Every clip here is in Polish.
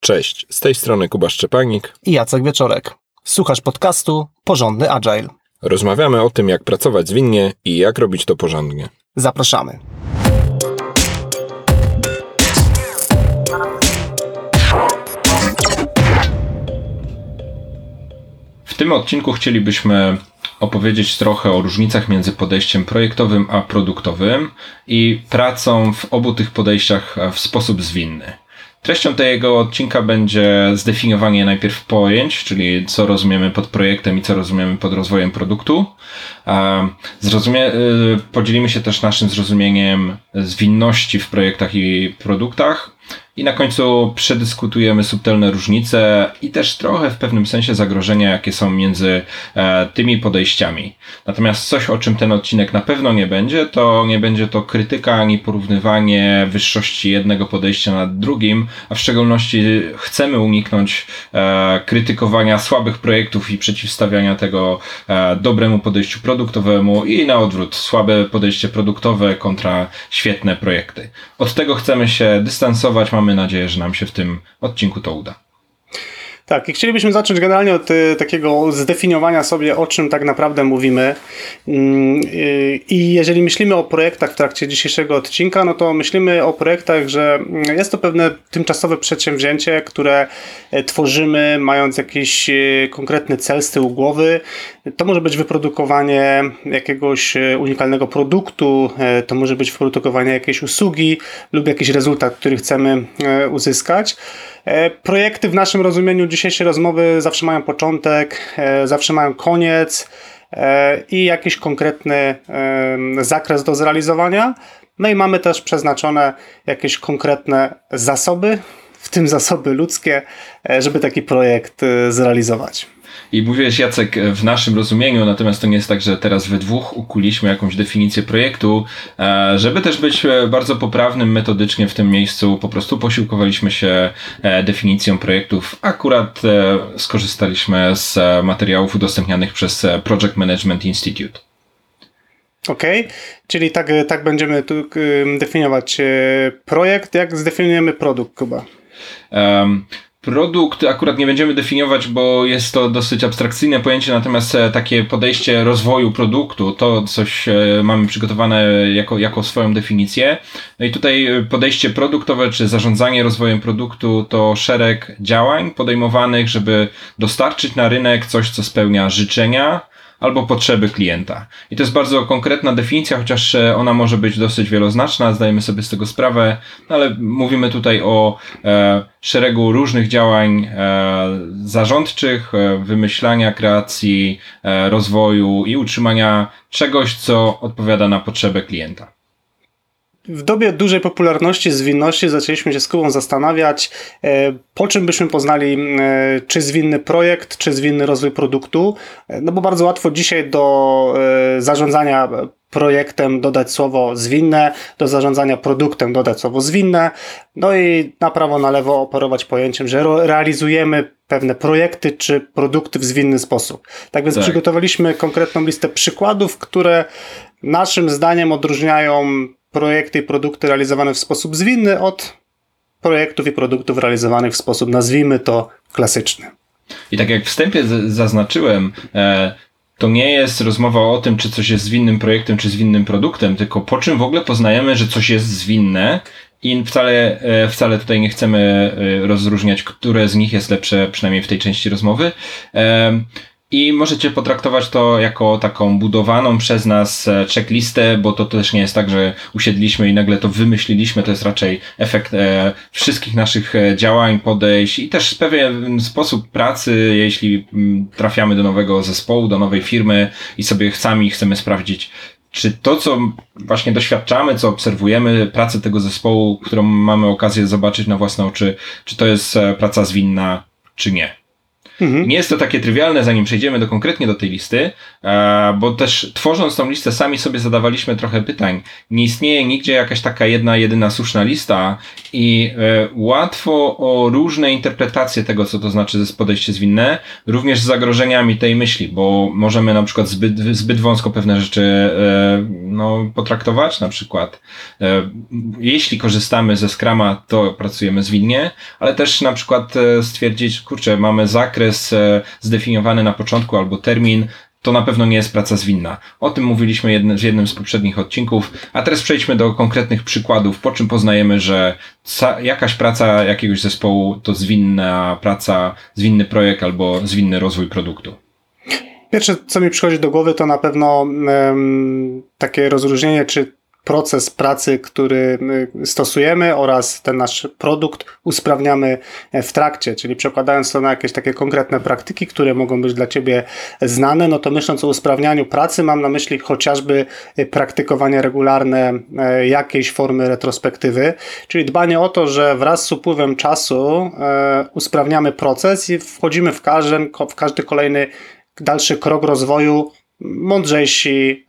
Cześć, z tej strony Kuba Szczepanik i Jacek Wieczorek. Słuchasz podcastu Porządny Agile. Rozmawiamy o tym, jak pracować zwinnie i jak robić to porządnie. Zapraszamy. W tym odcinku chcielibyśmy opowiedzieć trochę o różnicach między podejściem projektowym a produktowym i pracą w obu tych podejściach w sposób zwinny. Treścią tego odcinka będzie zdefiniowanie najpierw pojęć, czyli co rozumiemy pod projektem i co rozumiemy pod rozwojem produktu. Podzielimy się też naszym zrozumieniem zwinności w projektach i produktach. I na końcu przedyskutujemy subtelne różnice i też trochę w pewnym sensie zagrożenia, jakie są między tymi podejściami. Natomiast coś, o czym ten odcinek na pewno nie będzie to krytyka ani porównywanie wyższości jednego podejścia nad drugim, a w szczególności chcemy uniknąć krytykowania słabych projektów i przeciwstawiania tego dobremu podejściu produktowemu i na odwrót, słabe podejście produktowe kontra świetne projekty. Od tego chcemy się dystansować. Mamy nadzieję, że nam się w tym odcinku to uda. Tak, i chcielibyśmy zacząć generalnie od takiego zdefiniowania sobie, o czym tak naprawdę mówimy. I jeżeli myślimy o projektach w trakcie dzisiejszego odcinka, no to myślimy o projektach, że jest to pewne tymczasowe przedsięwzięcie, które tworzymy, mając jakiś konkretny cel z tyłu głowy. To może być wyprodukowanie jakiegoś unikalnego produktu, to może być wyprodukowanie jakiejś usługi lub jakiś rezultat, który chcemy uzyskać. Projekty w naszym rozumieniu dzisiejszej rozmowy zawsze mają początek, zawsze mają koniec i jakiś konkretny zakres do zrealizowania. No i mamy też przeznaczone jakieś konkretne zasoby, w tym zasoby ludzkie, żeby taki projekt zrealizować. I mówiłeś, Jacek, w naszym rozumieniu, natomiast to nie jest tak, że teraz we dwóch ukuliśmy jakąś definicję projektu. Żeby też być bardzo poprawnym metodycznie w tym miejscu, po prostu posiłkowaliśmy się definicją projektów. Akurat skorzystaliśmy z materiałów udostępnianych przez Project Management Institute. Okej, czyli tak będziemy tu definiować projekt. Jak zdefiniujemy produkt, Kuba? Produkt akurat nie będziemy definiować, bo jest to dosyć abstrakcyjne pojęcie, natomiast takie podejście rozwoju produktu, to coś mamy przygotowane jako swoją definicję. No i tutaj podejście produktowe czy zarządzanie rozwojem produktu to szereg działań podejmowanych, żeby dostarczyć na rynek coś, co spełnia życzenia albo potrzeby klienta. I to jest bardzo konkretna definicja, chociaż ona może być dosyć wieloznaczna, zdajemy sobie z tego sprawę, ale mówimy tutaj o szeregu różnych działań zarządczych, wymyślania, kreacji, rozwoju i utrzymania czegoś, co odpowiada na potrzebę klienta. W dobie dużej popularności zwinności zaczęliśmy się z Kubą zastanawiać, po czym byśmy poznali, czy zwinny projekt, czy zwinny rozwój produktu. No bo bardzo łatwo dzisiaj do zarządzania projektem dodać słowo zwinne, do zarządzania produktem dodać słowo zwinne, no i na prawo, na lewo operować pojęciem, że realizujemy pewne projekty czy produkty w zwinny sposób. Tak więc przygotowaliśmy konkretną listę przykładów, które naszym zdaniem odróżniają projekty i produkty realizowane w sposób zwinny od projektów i produktów realizowanych w sposób, nazwijmy to, klasyczny. I tak jak w wstępie zaznaczyłem, to nie jest rozmowa o tym, czy coś jest zwinnym projektem, czy zwinnym produktem, tylko po czym w ogóle poznajemy, że coś jest zwinne i wcale tutaj nie chcemy rozróżniać, które z nich jest lepsze, przynajmniej w tej części rozmowy. I możecie potraktować to jako taką budowaną przez nas checklistę, bo to też nie jest tak, że usiedliśmy i nagle to wymyśliliśmy, to jest raczej efekt wszystkich naszych działań, podejść i też pewien sposób pracy, jeśli trafiamy do nowego zespołu, do nowej firmy i sobie chcemy sprawdzić, czy to, co właśnie doświadczamy, co obserwujemy, pracę tego zespołu, którą mamy okazję zobaczyć na własne oczy, czy to jest praca zwinna, czy nie. Nie jest to takie trywialne, zanim przejdziemy konkretnie do tej listy, bo też tworząc tą listę sami sobie zadawaliśmy trochę pytań. Nie istnieje nigdzie jakaś taka jedyna słuszna lista i łatwo o różne interpretacje tego, co to znaczy podejście zwinne, również z zagrożeniami tej myśli, bo możemy na przykład zbyt wąsko pewne rzeczy potraktować, na przykład jeśli korzystamy ze Scruma, to pracujemy zwinnie, ale też na przykład stwierdzić, kurczę, mamy zakres zdefiniowany na początku albo termin, to na pewno nie jest praca zwinna. O tym mówiliśmy w jednym z poprzednich odcinków, a teraz przejdźmy do konkretnych przykładów, po czym poznajemy, że jakaś praca jakiegoś zespołu to zwinna praca, zwinny projekt albo zwinny rozwój produktu. Pierwsze, co mi przychodzi do głowy, to na pewno takie rozróżnienie, czy proces pracy, który stosujemy oraz ten nasz produkt usprawniamy w trakcie, czyli przekładając to na jakieś takie konkretne praktyki, które mogą być dla Ciebie znane, no to myśląc o usprawnianiu pracy mam na myśli chociażby praktykowanie regularne jakiejś formy retrospektywy, czyli dbanie o to, że wraz z upływem czasu usprawniamy proces i wchodzimy w każdy kolejny dalszy krok rozwoju mądrzejsi,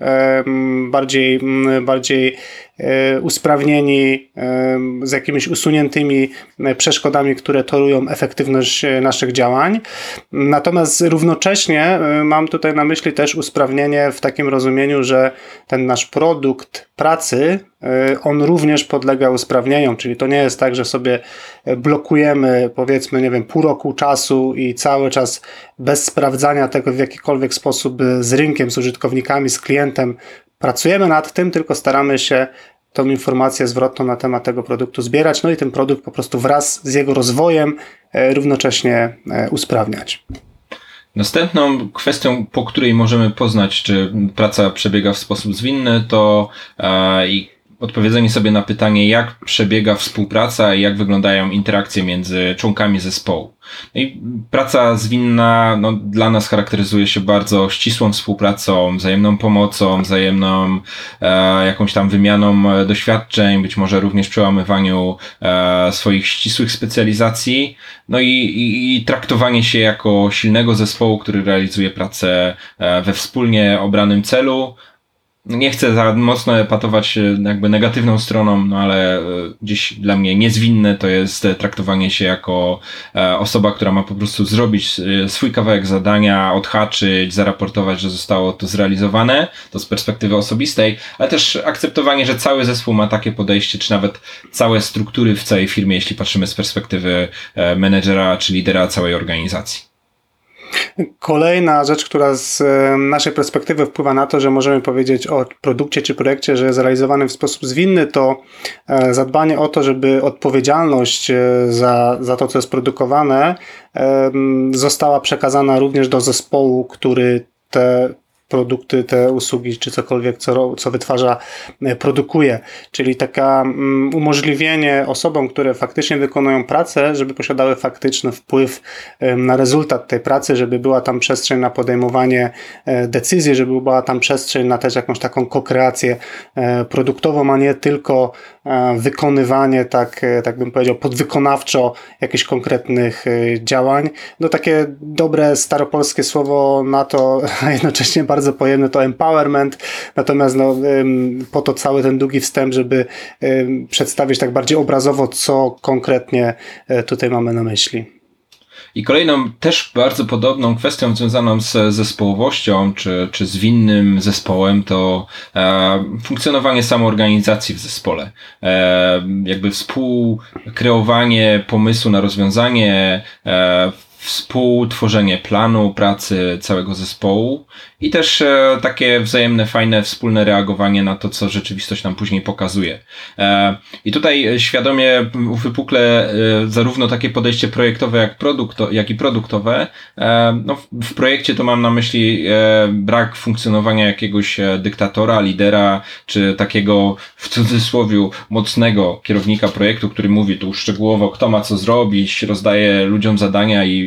bardziej usprawnieni, z jakimiś usuniętymi przeszkodami, które torują efektywność naszych działań. Natomiast równocześnie mam tutaj na myśli też usprawnienie w takim rozumieniu, że ten nasz produkt pracy, on również podlega usprawnieniom, czyli to nie jest tak, że sobie blokujemy, powiedzmy, nie wiem, pół roku czasu i cały czas bez sprawdzania tego w jakikolwiek sposób z rynkiem, z użytkownikami, z klientem pracujemy nad tym, tylko staramy się tą informację zwrotną na temat tego produktu zbierać, no i ten produkt po prostu wraz z jego rozwojem równocześnie usprawniać. Następną kwestią, po której możemy poznać, czy praca przebiega w sposób zwinny, to odpowiedzenie sobie na pytanie, jak przebiega współpraca i jak wyglądają interakcje między członkami zespołu. No i praca zwinna dla nas charakteryzuje się bardzo ścisłą współpracą, wzajemną pomocą, wzajemną jakąś tam wymianą doświadczeń, być może również przełamywaniu swoich ścisłych specjalizacji, no i traktowanie się jako silnego zespołu, który realizuje pracę we wspólnie obranym celu. Nie chcę za mocno epatować jakby negatywną stroną, ale gdzieś dla mnie niezwinne to jest traktowanie się jako osoba, która ma po prostu zrobić swój kawałek zadania, odhaczyć, zaraportować, że zostało to zrealizowane, to z perspektywy osobistej, ale też akceptowanie, że cały zespół ma takie podejście, czy nawet całe struktury w całej firmie, jeśli patrzymy z perspektywy menedżera czy lidera całej organizacji. Kolejna rzecz, która z naszej perspektywy wpływa na to, że możemy powiedzieć o produkcie czy projekcie, że jest realizowany w sposób zwinny, to zadbanie o to, żeby odpowiedzialność za to, co jest produkowane, została przekazana również do zespołu, który te produkty, te usługi, czy cokolwiek, co wytwarza, produkuje. Czyli taka umożliwienie osobom, które faktycznie wykonują pracę, żeby posiadały faktyczny wpływ na rezultat tej pracy, żeby była tam przestrzeń na podejmowanie decyzji, żeby była tam przestrzeń na też jakąś taką kokreację produktową, a nie tylko wykonywanie, tak bym powiedział, podwykonawczo jakichś konkretnych działań. No takie dobre staropolskie słowo na to, a jednocześnie bardzo pojemne, to empowerment, natomiast po to cały ten długi wstęp, żeby przedstawić tak bardziej obrazowo, co konkretnie tutaj mamy na myśli. I kolejną też bardzo podobną kwestią związaną z zespołowością czy zwinnym zespołem to funkcjonowanie samoorganizacji w zespole. Jakby współkreowanie pomysłu na rozwiązanie, współtworzenie planu pracy całego zespołu i też takie wzajemne, fajne, wspólne reagowanie na to, co rzeczywistość nam później pokazuje. I tutaj świadomie wypukle zarówno takie podejście projektowe jak i produktowe. W projekcie to mam na myśli brak funkcjonowania jakiegoś dyktatora, lidera, czy takiego w cudzysłowiu mocnego kierownika projektu, który mówi tu szczegółowo, kto ma co zrobić, rozdaje ludziom zadania i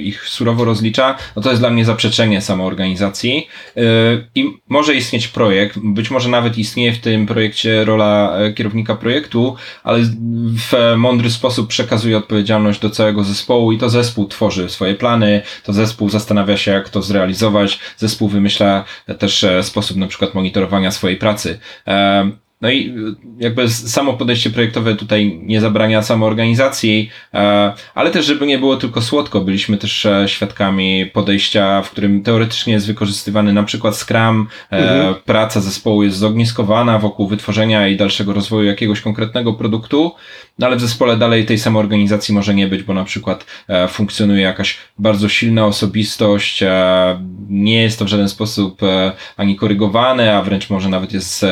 ich surowo rozlicza, no to jest dla mnie zaprzeczenie samoorganizacji. I może istnieć projekt, być może nawet istnieje w tym projekcie rola kierownika projektu, ale w mądry sposób przekazuje odpowiedzialność do całego zespołu i to zespół tworzy swoje plany, to zespół zastanawia się, jak to zrealizować, zespół wymyśla też sposób na przykład monitorowania swojej pracy. No i jakby samo podejście projektowe tutaj nie zabrania samoorganizacji, ale też żeby nie było tylko słodko, byliśmy też świadkami podejścia, w którym teoretycznie jest wykorzystywany na przykład Scrum, praca zespołu jest zogniskowana wokół wytworzenia i dalszego rozwoju jakiegoś konkretnego produktu, no ale w zespole dalej tej samoorganizacji może nie być, bo na przykład funkcjonuje jakaś bardzo silna osobistość, nie jest to w żaden sposób ani korygowane, a wręcz może nawet jest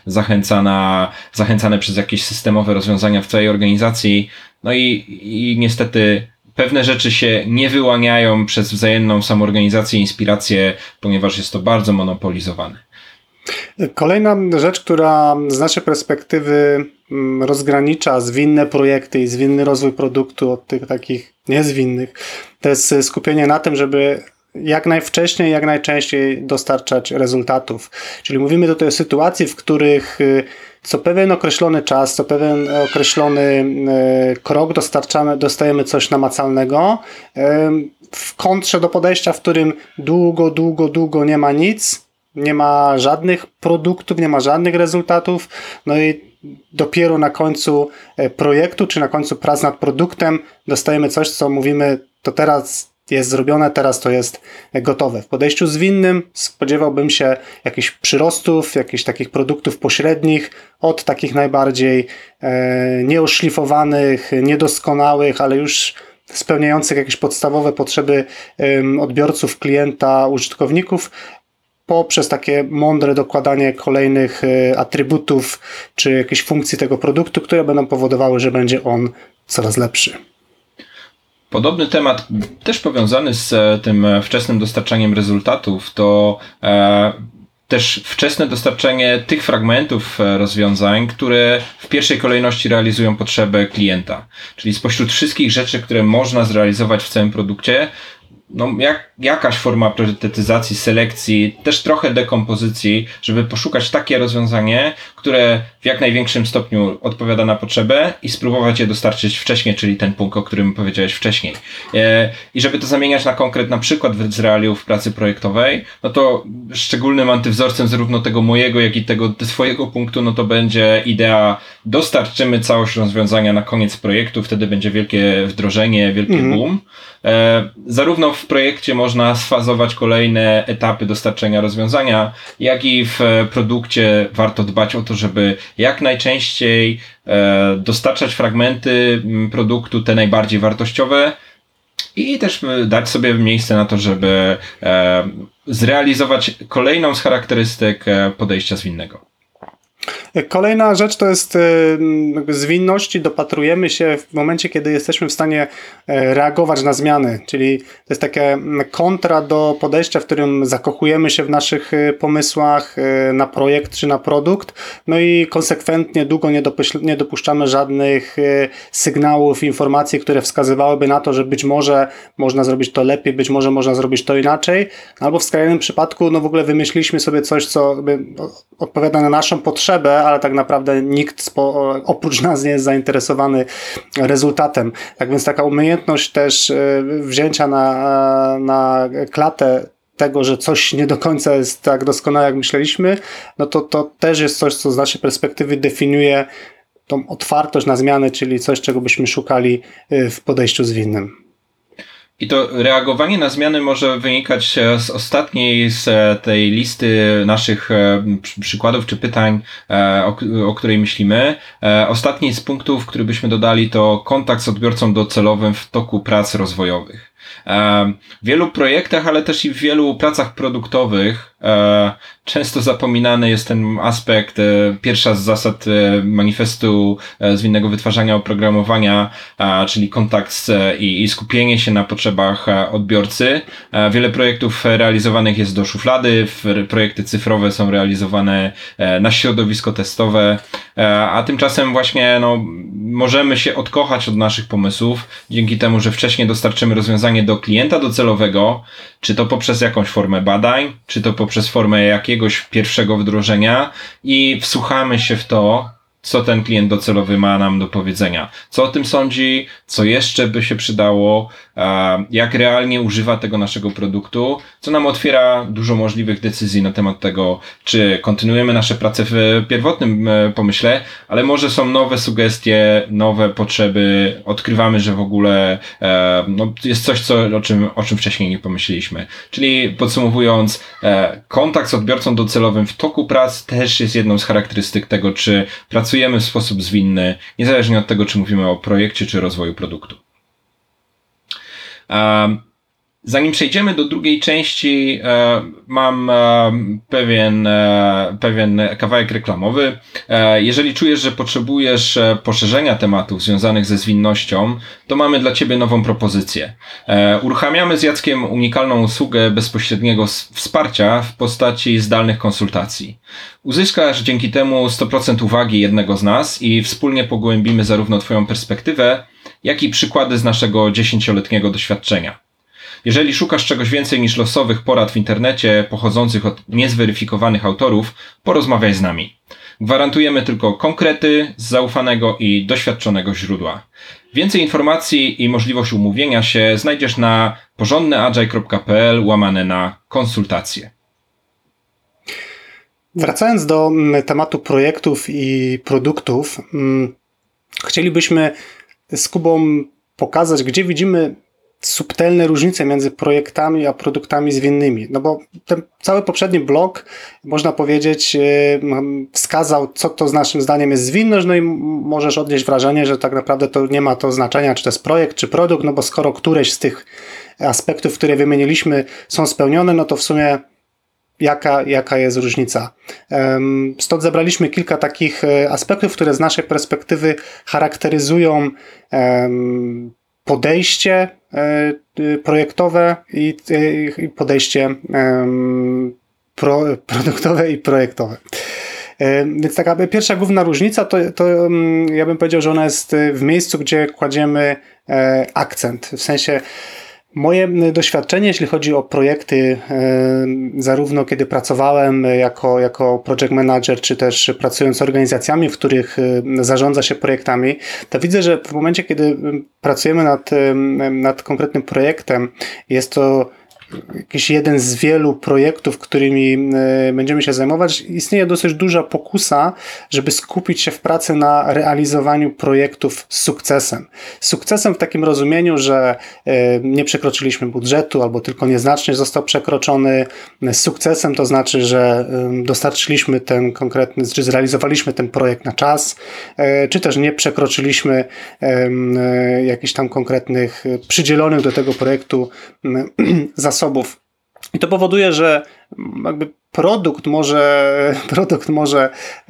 zachęcane przez jakieś systemowe rozwiązania w całej organizacji. No i niestety pewne rzeczy się nie wyłaniają przez wzajemną samoorganizację i inspirację, ponieważ jest to bardzo monopolizowane. Kolejna rzecz, która z naszej perspektywy rozgranicza zwinne projekty i zwinny rozwój produktu od tych takich niezwinnych, to jest skupienie na tym, żeby jak najwcześniej, jak najczęściej dostarczać rezultatów. Czyli mówimy tutaj o sytuacji, w których co pewien określony czas, co pewien określony krok dostajemy coś namacalnego, w kontrze do podejścia, w którym długo nie ma nic, nie ma żadnych produktów, nie ma żadnych rezultatów, no i dopiero na końcu projektu, czy na końcu prac nad produktem dostajemy coś, co mówimy, to teraz jest zrobione, teraz to jest gotowe. W podejściu zwinnym spodziewałbym się jakichś przyrostów, jakichś takich produktów pośrednich, od takich najbardziej nieoszlifowanych, niedoskonałych, ale już spełniających jakieś podstawowe potrzeby odbiorców, klienta, użytkowników, poprzez takie mądre dokładanie kolejnych atrybutów czy jakichś funkcji tego produktu, które będą powodowały, że będzie on coraz lepszy. Podobny temat, też powiązany z tym wczesnym dostarczaniem rezultatów, to też wczesne dostarczenie tych fragmentów rozwiązań, które w pierwszej kolejności realizują potrzebę klienta. Czyli spośród wszystkich rzeczy, które można zrealizować w całym produkcie, no jakaś forma priorytetyzacji, selekcji, też trochę dekompozycji, żeby poszukać takie rozwiązanie, które w jak największym stopniu odpowiada na potrzebę i spróbować je dostarczyć wcześniej, czyli ten punkt, o którym powiedziałeś wcześniej. I żeby to zamieniać na konkret, na przykład z realiów pracy projektowej, no to szczególnym antywzorcem zarówno tego mojego, jak i tego swojego punktu, no to będzie idea, dostarczymy całość rozwiązania na koniec projektu, wtedy będzie wielkie wdrożenie, wielki boom. Zarówno w projekcie można sfazować kolejne etapy dostarczenia rozwiązania, jak i w produkcie warto dbać o to, żeby jak najczęściej dostarczać fragmenty produktu, te najbardziej wartościowe, i też dać sobie miejsce na to, żeby zrealizować kolejną z charakterystyk podejścia zwinnego. Kolejna rzecz to jest zwinności. Dopatrujemy się w momencie, kiedy jesteśmy w stanie reagować na zmiany, czyli to jest takie kontra do podejścia, w którym zakochujemy się w naszych pomysłach na projekt czy na produkt, no i konsekwentnie długo nie dopuszczamy żadnych sygnałów, informacji, które wskazywałyby na to, że być może można zrobić to lepiej, być może można zrobić to inaczej, albo w skrajnym przypadku no w ogóle wymyśliliśmy sobie coś, co odpowiada na naszą potrzebę, ale tak naprawdę nikt oprócz nas nie jest zainteresowany rezultatem. Tak więc taka umiejętność też wzięcia na klatę tego, że coś nie do końca jest tak doskonałe, jak myśleliśmy, no to też jest coś, co z naszej perspektywy definiuje tą otwartość na zmiany, czyli coś, czego byśmy szukali w podejściu zwinnym. I to reagowanie na zmiany może wynikać z ostatniej z tej listy naszych przykładów czy pytań, o której myślimy. Ostatni z punktów, który byśmy dodali, to kontakt z odbiorcą docelowym w toku prac rozwojowych. W wielu projektach, ale też i w wielu pracach produktowych często zapominany jest ten aspekt, pierwsza z zasad manifestu zwinnego wytwarzania oprogramowania, czyli kontakt i skupienie się na potrzebach odbiorcy. Wiele projektów realizowanych jest do szuflady, projekty cyfrowe są realizowane na środowisko testowe, a tymczasem właśnie możemy się odkochać od naszych pomysłów dzięki temu, że wcześniej dostarczymy rozwiązania, rozwiązanie do klienta docelowego, czy to poprzez jakąś formę badań, czy to poprzez formę jakiegoś pierwszego wdrożenia i wsłuchamy się w to, co ten klient docelowy ma nam do powiedzenia. Co o tym sądzi, co jeszcze by się przydało, jak realnie używa tego naszego produktu, co nam otwiera dużo możliwych decyzji na temat tego, czy kontynuujemy nasze prace w pierwotnym pomyśle, ale może są nowe sugestie, nowe potrzeby, odkrywamy, że w ogóle jest coś, o czym wcześniej nie pomyśleliśmy. Czyli podsumowując, kontakt z odbiorcą docelowym w toku prac też jest jedną z charakterystyk tego, czy pracujemy w sposób zwinny, niezależnie od tego, czy mówimy o projekcie, czy rozwoju produktu. Zanim przejdziemy do drugiej części, mam pewien kawałek reklamowy. Jeżeli czujesz, że potrzebujesz poszerzenia tematów związanych ze zwinnością, to mamy dla Ciebie nową propozycję. Uruchamiamy z Jackiem unikalną usługę bezpośredniego wsparcia w postaci zdalnych konsultacji. Uzyskasz dzięki temu 100% uwagi jednego z nas i wspólnie pogłębimy zarówno Twoją perspektywę, jak i przykłady z naszego 10-letniego doświadczenia. Jeżeli szukasz czegoś więcej niż losowych porad w internecie pochodzących od niezweryfikowanych autorów, porozmawiaj z nami. Gwarantujemy tylko konkrety z zaufanego i doświadczonego źródła. Więcej informacji i możliwość umówienia się znajdziesz na porządnyagile.pl/konsultacje. Wracając do tematu projektów i produktów, chcielibyśmy z Kubą pokazać, gdzie widzimy subtelne różnice między projektami a produktami zwinnymi. No bo ten cały poprzedni blok, można powiedzieć, wskazał, co to z naszym zdaniem jest zwinność, no i możesz odnieść wrażenie, że tak naprawdę to nie ma to znaczenia, czy to jest projekt, czy produkt, no bo skoro któreś z tych aspektów, które wymieniliśmy, są spełnione, no to w sumie jaka jest różnica. Stąd zebraliśmy kilka takich aspektów, które z naszej perspektywy charakteryzują podejście projektowe i podejście produktowe i projektowe. Więc taka pierwsza główna różnica to ja bym powiedział, że ona jest w miejscu, gdzie kładziemy akcent. W sensie moje doświadczenie, jeśli chodzi o projekty, zarówno kiedy pracowałem jako project manager, czy też pracując z organizacjami, w których zarządza się projektami, to widzę, że w momencie, kiedy pracujemy nad konkretnym projektem, jest to jakiś jeden z wielu projektów, którymi będziemy się zajmować, istnieje dosyć duża pokusa, żeby skupić się w pracy na realizowaniu projektów z sukcesem. Z sukcesem w takim rozumieniu, że nie przekroczyliśmy budżetu albo tylko nieznacznie został przekroczony. Z sukcesem to znaczy, że dostarczyliśmy ten konkretny, czy zrealizowaliśmy ten projekt na czas, czy też nie przekroczyliśmy jakichś tam konkretnych przydzielonych do tego projektu zasobów. I to powoduje, że jakby produkt może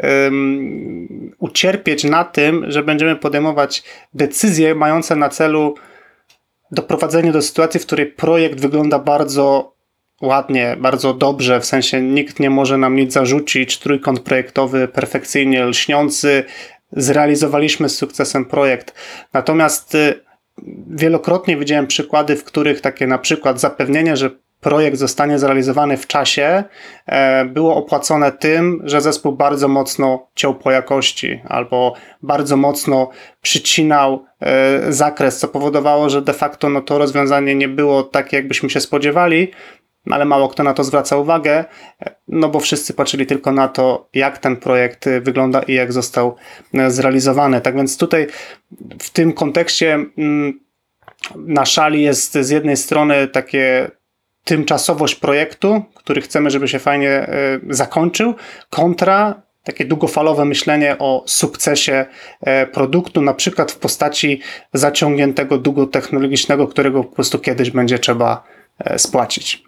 ucierpieć na tym, że będziemy podejmować decyzje mające na celu doprowadzenie do sytuacji, w której projekt wygląda bardzo ładnie, bardzo dobrze, w sensie nikt nie może nam nic zarzucić, trójkąt projektowy perfekcyjnie lśniący, zrealizowaliśmy z sukcesem projekt. Natomiast wielokrotnie widziałem przykłady, w których takie na przykład zapewnienie, że projekt zostanie zrealizowany w czasie, było opłacone tym, że zespół bardzo mocno ciął po jakości albo bardzo mocno przycinał zakres, co powodowało, że de facto to rozwiązanie nie było takie, jakbyśmy się spodziewali, ale mało kto na to zwraca uwagę, no bo wszyscy patrzyli tylko na to, jak ten projekt wygląda i jak został zrealizowany. Tak więc tutaj w tym kontekście na szali jest z jednej strony takie tymczasowość projektu, który chcemy, żeby się fajnie zakończył, kontra takie długofalowe myślenie o sukcesie produktu, na przykład w postaci zaciągniętego długu technologicznego, którego po prostu kiedyś będzie trzeba spłacić.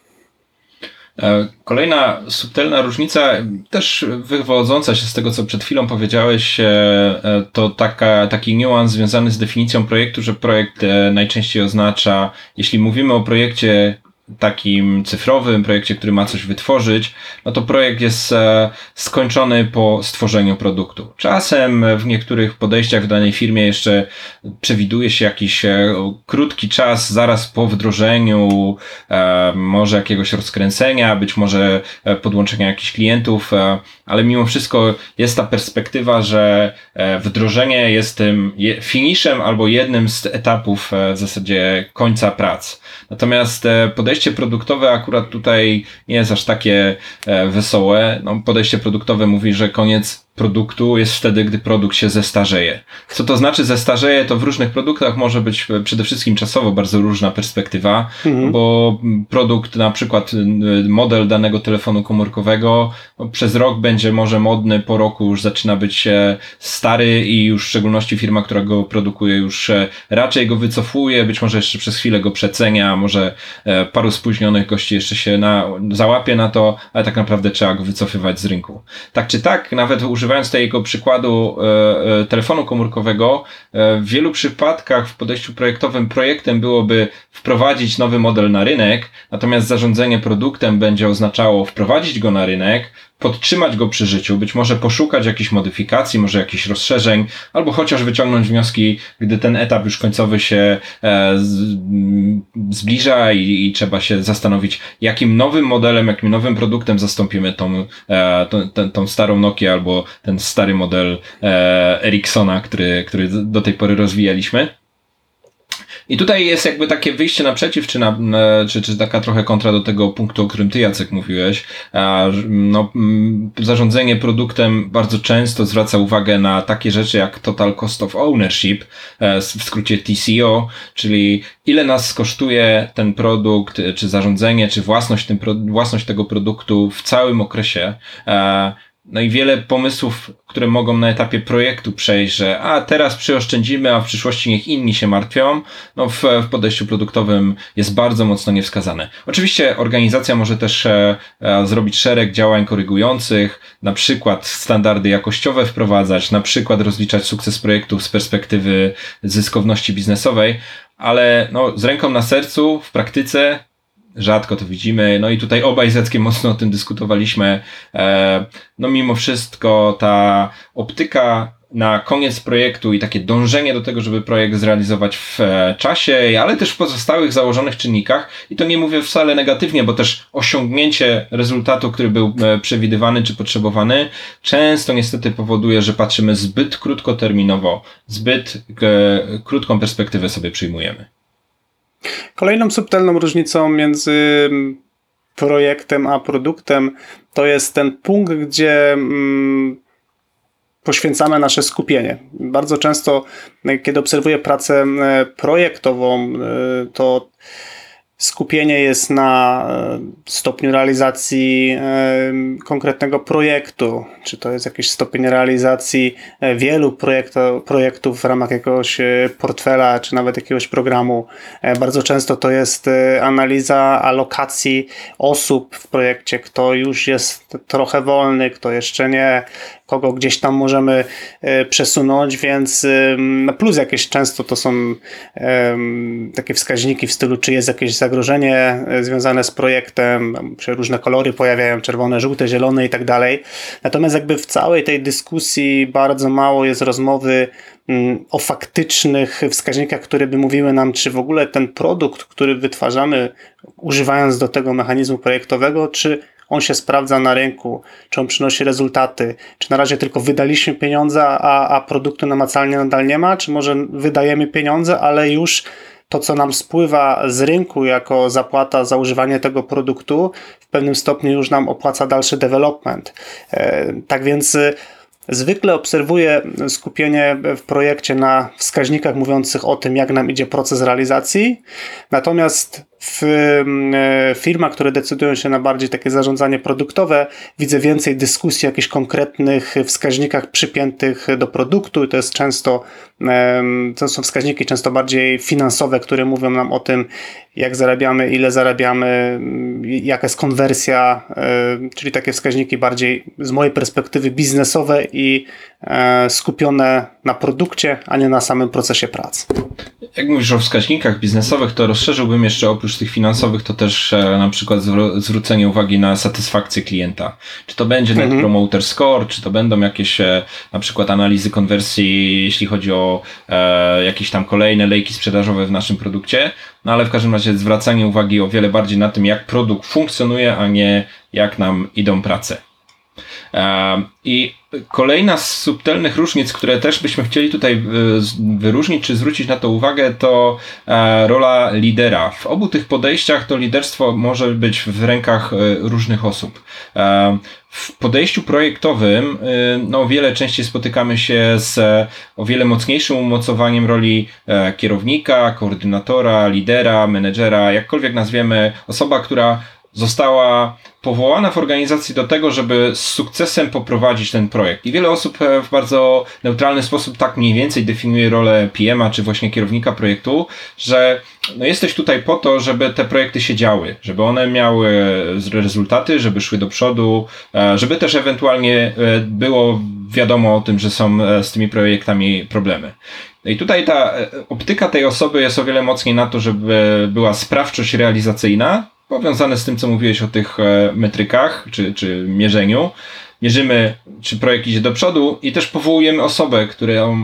Kolejna subtelna różnica, też wywodząca się z tego, co przed chwilą powiedziałeś, to taki niuans związany z definicją projektu, że projekt najczęściej oznacza, jeśli mówimy o projekcie takim cyfrowym projekcie, który ma coś wytworzyć, no to projekt jest skończony po stworzeniu produktu. Czasem w niektórych podejściach w danej firmie jeszcze przewiduje się jakiś krótki czas zaraz po wdrożeniu, może jakiegoś rozkręcenia, być może podłączenia jakichś klientów, ale mimo wszystko jest ta perspektywa, że wdrożenie jest tym finiszem albo jednym z etapów w zasadzie końca prac. Natomiast podejście produktowe akurat tutaj nie jest aż takie wesołe. No, podejście produktowe mówi, że koniec produktu jest wtedy, gdy produkt się zestarzeje. Co to znaczy zestarzeje? To w różnych produktach może być przede wszystkim czasowo bardzo różna perspektywa, bo produkt, na przykład model danego telefonu komórkowego przez rok będzie może modny, po roku już zaczyna być stary i już w szczególności firma, która go produkuje, już raczej go wycofuje, być może jeszcze przez chwilę go przecenia, może paru spóźnionych gości jeszcze się załapie na to, ale tak naprawdę trzeba go wycofywać z rynku. Tak czy tak, nawet używając tego przykładu telefonu komórkowego, w wielu przypadkach w podejściu projektowym projektem byłoby wprowadzić nowy model na rynek, natomiast zarządzanie produktem będzie oznaczało wprowadzić go na rynek, podtrzymać go przy życiu, być może poszukać jakichś modyfikacji, może jakichś rozszerzeń, albo chociaż wyciągnąć wnioski, gdy ten etap już końcowy się zbliża i trzeba się zastanowić, jakim nowym modelem, jakim nowym produktem zastąpimy tą starą Nokię albo ten stary model Ericssona, który do tej pory rozwijaliśmy. I tutaj jest jakby takie wyjście naprzeciw, czy taka trochę kontra do tego punktu, o którym ty, Jacek, mówiłeś. Zarządzanie produktem bardzo często zwraca uwagę na takie rzeczy jak Total Cost of Ownership, w skrócie TCO, czyli ile nas kosztuje ten produkt, czy zarządzanie, czy własność tego produktu w całym okresie. No i wiele pomysłów, które mogą na etapie projektu przejść, że teraz przyoszczędzimy, a w przyszłości niech inni się martwią, no w podejściu produktowym jest bardzo mocno niewskazane. Oczywiście organizacja może też zrobić szereg działań korygujących, na przykład standardy jakościowe wprowadzać, na przykład rozliczać sukces projektów z perspektywy zyskowności biznesowej, ale no, z ręką na sercu w praktyce rzadko to widzimy, no i tutaj obaj z Jackiem mocno o tym dyskutowaliśmy. No mimo wszystko ta optyka na koniec projektu i takie dążenie do tego, żeby projekt zrealizować w czasie, ale też w pozostałych założonych czynnikach, i to nie mówię wcale negatywnie, bo też osiągnięcie rezultatu, który był przewidywany czy potrzebowany, często niestety powoduje, że patrzymy zbyt krótkoterminowo, zbyt krótką perspektywę sobie przyjmujemy. Kolejną subtelną różnicą między projektem a produktem to jest ten punkt, gdzie poświęcamy nasze skupienie. Bardzo często, kiedy obserwuję pracę projektową, to skupienie jest na stopniu realizacji konkretnego projektu, czy to jest jakiś stopień realizacji wielu projektów w ramach jakiegoś portfela, czy nawet jakiegoś programu. Bardzo często to jest analiza alokacji osób w projekcie, kto już jest trochę wolny, kto jeszcze nie, kogo gdzieś tam możemy przesunąć, więc plus jakieś często to są takie wskaźniki w stylu, czy jest jakieś zagrożenie związane z projektem, się różne kolory pojawiają, czerwone, żółte, zielone i tak dalej. Natomiast jakby w całej tej dyskusji bardzo mało jest rozmowy o faktycznych wskaźnikach, które by mówiły nam, czy w ogóle ten produkt, który wytwarzamy, używając do tego mechanizmu projektowego, czy on się sprawdza na rynku, czy on przynosi rezultaty, czy na razie tylko wydaliśmy pieniądze, a produktu namacalnie nadal nie ma, czy może wydajemy pieniądze, ale już to, co nam spływa z rynku jako zapłata za używanie tego produktu, w pewnym stopniu już nam opłaca dalszy development. Tak więc zwykle obserwuję skupienie w projekcie na wskaźnikach mówiących o tym, jak nam idzie proces realizacji, natomiast w firmach, które decydują się na bardziej takie zarządzanie produktowe, widzę więcej dyskusji o jakichś konkretnych wskaźnikach przypiętych do produktu. To jest często, to są wskaźniki często bardziej finansowe, które mówią nam o tym, jak zarabiamy, ile zarabiamy, jaka jest konwersja, czyli takie wskaźniki bardziej z mojej perspektywy biznesowe i skupione na produkcie, a nie na samym procesie pracy. Jak mówisz o wskaźnikach biznesowych, to rozszerzyłbym jeszcze oprócz oprócz tych finansowych to też na przykład zwrócenie uwagi na satysfakcję klienta. Czy to będzie Net Promoter Score, czy to będą jakieś na przykład analizy konwersji, jeśli chodzi o jakieś tam kolejne lejki sprzedażowe w naszym produkcie, no ale w każdym razie zwracanie uwagi o wiele bardziej na tym, jak produkt funkcjonuje, a nie jak nam idą prace. I kolejna z subtelnych różnic, które też byśmy chcieli tutaj wyróżnić, czy zwrócić na to uwagę, to rola lidera. W obu tych podejściach to liderstwo może być w rękach różnych osób. W podejściu projektowym no, o wiele częściej spotykamy się z o wiele mocniejszym umocowaniem roli kierownika, koordynatora, lidera, menedżera, jakkolwiek nazwiemy, osoba, która została powołana w organizacji do tego, żeby z sukcesem poprowadzić ten projekt. I wiele osób w bardzo neutralny sposób tak mniej więcej definiuje rolę PM-a czy właśnie kierownika projektu, że no jesteś tutaj po to, żeby te projekty się działy, żeby one miały rezultaty, żeby szły do przodu, żeby też ewentualnie było wiadomo o tym, że są z tymi projektami problemy. No i tutaj ta optyka tej osoby jest o wiele mocniej na to, żeby była sprawczość realizacyjna, powiązane z tym, co mówiłeś o tych metrykach, czy mierzeniu. Mierzymy, czy projekt idzie do przodu i też powołujemy osobę, którą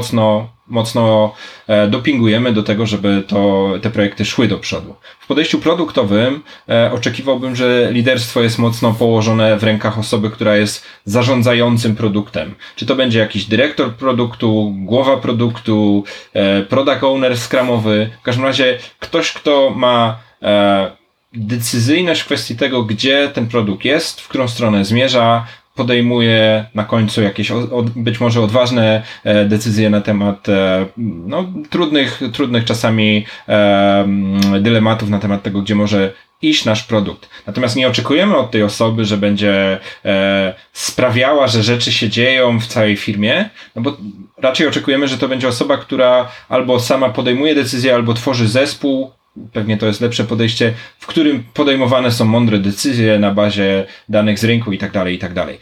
mocno dopingujemy do tego, żeby te projekty szły do przodu. W podejściu produktowym oczekiwałbym, że liderstwo jest mocno położone w rękach osoby, która jest zarządzającym produktem. Czy to będzie jakiś dyrektor produktu, głowa produktu, product owner scrumowy, w każdym razie ktoś, kto ma decyzyjność w kwestii tego, gdzie ten produkt jest, w którą stronę zmierza, podejmuje na końcu jakieś być może odważne decyzje na temat no, trudnych czasami dylematów na temat tego, gdzie może iść nasz produkt. Natomiast nie oczekujemy od tej osoby, że będzie sprawiała, że rzeczy się dzieją w całej firmie, no bo raczej oczekujemy, że to będzie osoba, która albo sama podejmuje decyzje, albo tworzy zespół. Pewnie to jest lepsze podejście, w którym podejmowane są mądre decyzje na bazie danych z rynku i tak dalej.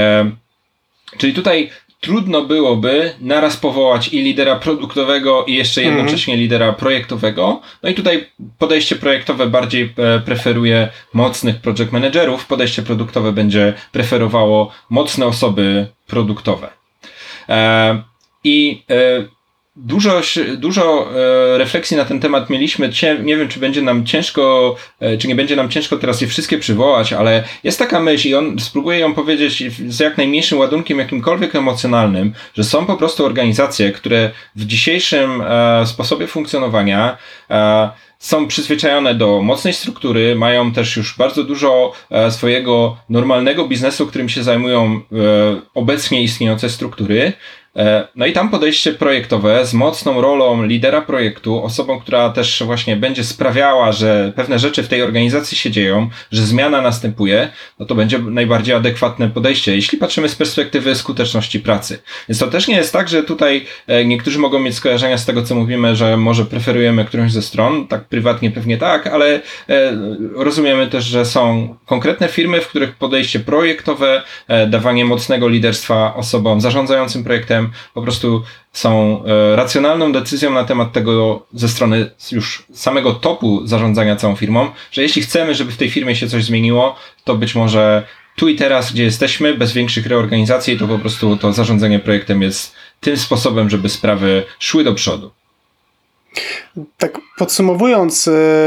Czyli tutaj trudno byłoby naraz powołać i lidera produktowego i jeszcze jednocześnie lidera projektowego. No i tutaj podejście projektowe bardziej preferuje mocnych project managerów, podejście produktowe będzie preferowało mocne osoby produktowe. Dużo refleksji na ten temat mieliśmy. Nie wiem, czy będzie nam ciężko, czy nie będzie nam ciężko teraz je wszystkie przywołać, ale jest taka myśl i spróbuję ją powiedzieć z jak najmniejszym ładunkiem jakimkolwiek emocjonalnym, że są po prostu organizacje, które w dzisiejszym sposobie funkcjonowania są przyzwyczajone do mocnej struktury, mają też już bardzo dużo swojego normalnego biznesu, którym się zajmują obecnie istniejące struktury. No i tam podejście projektowe z mocną rolą lidera projektu, osobą, która też właśnie będzie sprawiała, że pewne rzeczy w tej organizacji się dzieją, że zmiana następuje, no to będzie najbardziej adekwatne podejście, jeśli patrzymy z perspektywy skuteczności pracy. Więc to też nie jest tak, że tutaj niektórzy mogą mieć skojarzenia z tego, co mówimy, że może preferujemy którąś ze stron, tak prywatnie pewnie tak, ale rozumiemy też, że są konkretne firmy, w których podejście projektowe, dawanie mocnego liderstwa osobom zarządzającym projektem po prostu są racjonalną decyzją na temat tego ze strony już samego topu zarządzania całą firmą, że jeśli chcemy, żeby w tej firmie się coś zmieniło, to być może tu i teraz, gdzie jesteśmy, bez większych reorganizacji, to po prostu to zarządzanie projektem jest tym sposobem, żeby sprawy szły do przodu. Tak podsumowując,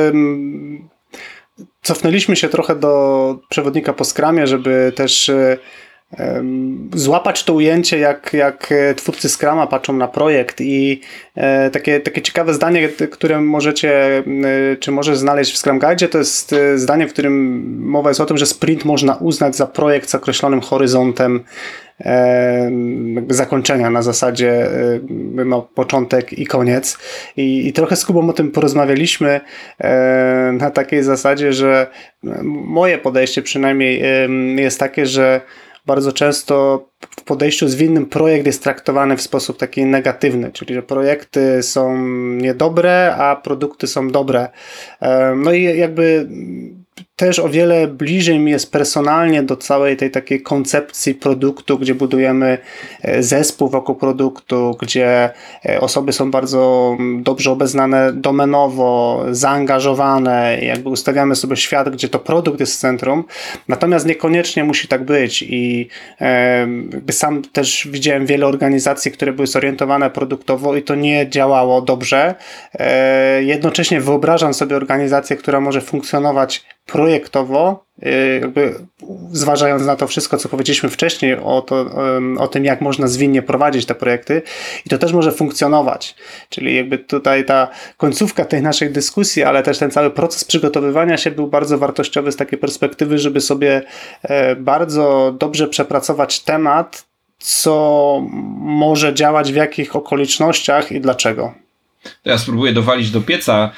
cofnęliśmy się trochę do przewodnika po Scrumie, żeby też złapać to ujęcie, jak twórcy Scruma patrzą na projekt i takie ciekawe zdanie, które możesz znaleźć w Scrum Guide, to jest zdanie, w którym mowa jest o tym, że sprint można uznać za projekt z określonym horyzontem jakby zakończenia, na zasadzie ma początek i koniec. I trochę z Kubą o tym porozmawialiśmy na takiej zasadzie, że moje podejście przynajmniej jest takie, że bardzo często w podejściu zwinnym projekt jest traktowany w sposób taki negatywny, czyli że projekty są niedobre, a produkty są dobre. No i jakby też o wiele bliżej mi jest personalnie do całej tej takiej koncepcji produktu, gdzie budujemy zespół wokół produktu, gdzie osoby są bardzo dobrze obeznane domenowo, zaangażowane, jakby ustawiamy sobie świat, gdzie to produkt jest w centrum, natomiast niekoniecznie musi tak być i jakby sam też widziałem wiele organizacji, które były zorientowane produktowo i to nie działało dobrze. Jednocześnie wyobrażam sobie organizację, która może funkcjonować projektowo, jakby zważając na to wszystko, co powiedzieliśmy wcześniej o tym, jak można zwinnie prowadzić te projekty i to też może funkcjonować. Czyli jakby tutaj ta końcówka tej naszej dyskusji, ale też ten cały proces przygotowywania się był bardzo wartościowy z takiej perspektywy, żeby sobie bardzo dobrze przepracować temat, co może działać w jakich okolicznościach i dlaczego. To ja spróbuję dowalić do pieca.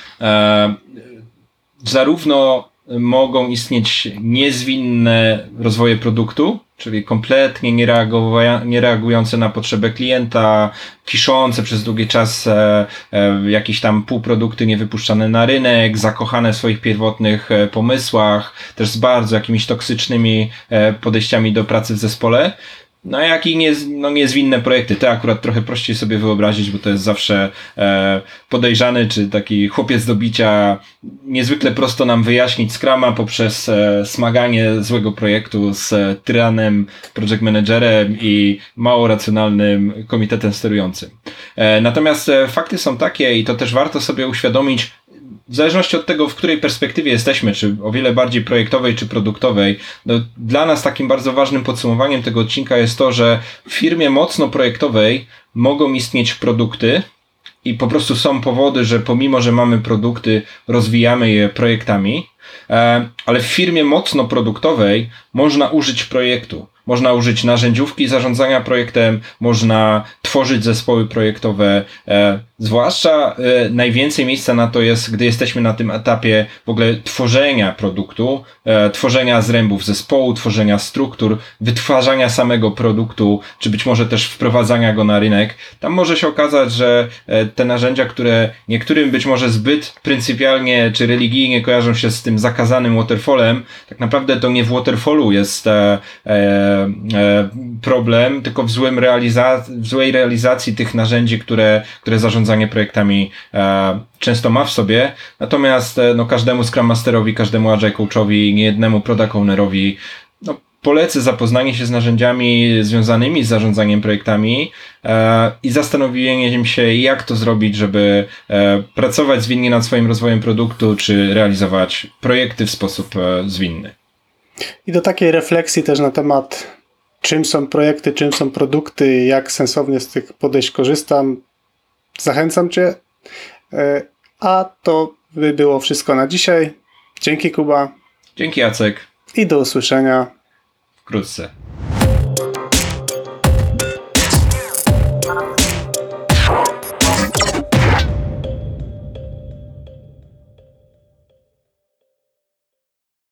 Zarówno mogą istnieć niezwinne rozwoje produktu, czyli kompletnie nie reagujące na potrzebę klienta, kiszące przez długi czas jakieś tam półprodukty niewypuszczane na rynek, zakochane w swoich pierwotnych pomysłach, też z bardzo jakimiś toksycznymi podejściami do pracy w zespole. No jak i niezwinne projekty, te akurat trochę prościej sobie wyobrazić, bo to jest zawsze podejrzany, czy taki chłopiec do bicia, niezwykle prosto nam wyjaśnić Scruma poprzez smaganie złego projektu z tyranem, project managerem i mało racjonalnym komitetem sterującym. Natomiast fakty są takie i to też warto sobie uświadomić, w zależności od tego, w której perspektywie jesteśmy, czy o wiele bardziej projektowej, czy produktowej, no, dla nas takim bardzo ważnym podsumowaniem tego odcinka jest to, że w firmie mocno projektowej mogą istnieć produkty i po prostu są powody, że pomimo, że mamy produkty, rozwijamy je projektami, ale w firmie mocno produktowej można użyć projektu. Można użyć narzędziówki zarządzania projektem, można tworzyć zespoły projektowe. Zwłaszcza najwięcej miejsca na to jest, gdy jesteśmy na tym etapie w ogóle tworzenia produktu, tworzenia zrębów zespołu, tworzenia struktur, wytwarzania samego produktu, czy być może też wprowadzania go na rynek. Tam może się okazać, że te narzędzia, które niektórym być może zbyt pryncypialnie czy religijnie kojarzą się z tym zakazanym waterfallem, tak naprawdę to nie w waterfallu jest problem, tylko w złej realizacji tych narzędzi, które zarządzanie projektami często ma w sobie. Natomiast każdemu Scrum Masterowi, każdemu Agile Coachowi, niejednemu Product Ownerowi polecę zapoznanie się z narzędziami związanymi z zarządzaniem projektami i zastanowieniem się, jak to zrobić, żeby pracować zwinnie nad swoim rozwojem produktu, czy realizować projekty w sposób zwinny. I do takiej refleksji też na temat, czym są projekty, czym są produkty, jak sensownie z tych podejść korzystam, zachęcam Cię. A to by było wszystko na dzisiaj. Dzięki, Kuba. Dzięki, Jacek. I do usłyszenia Wkrótce.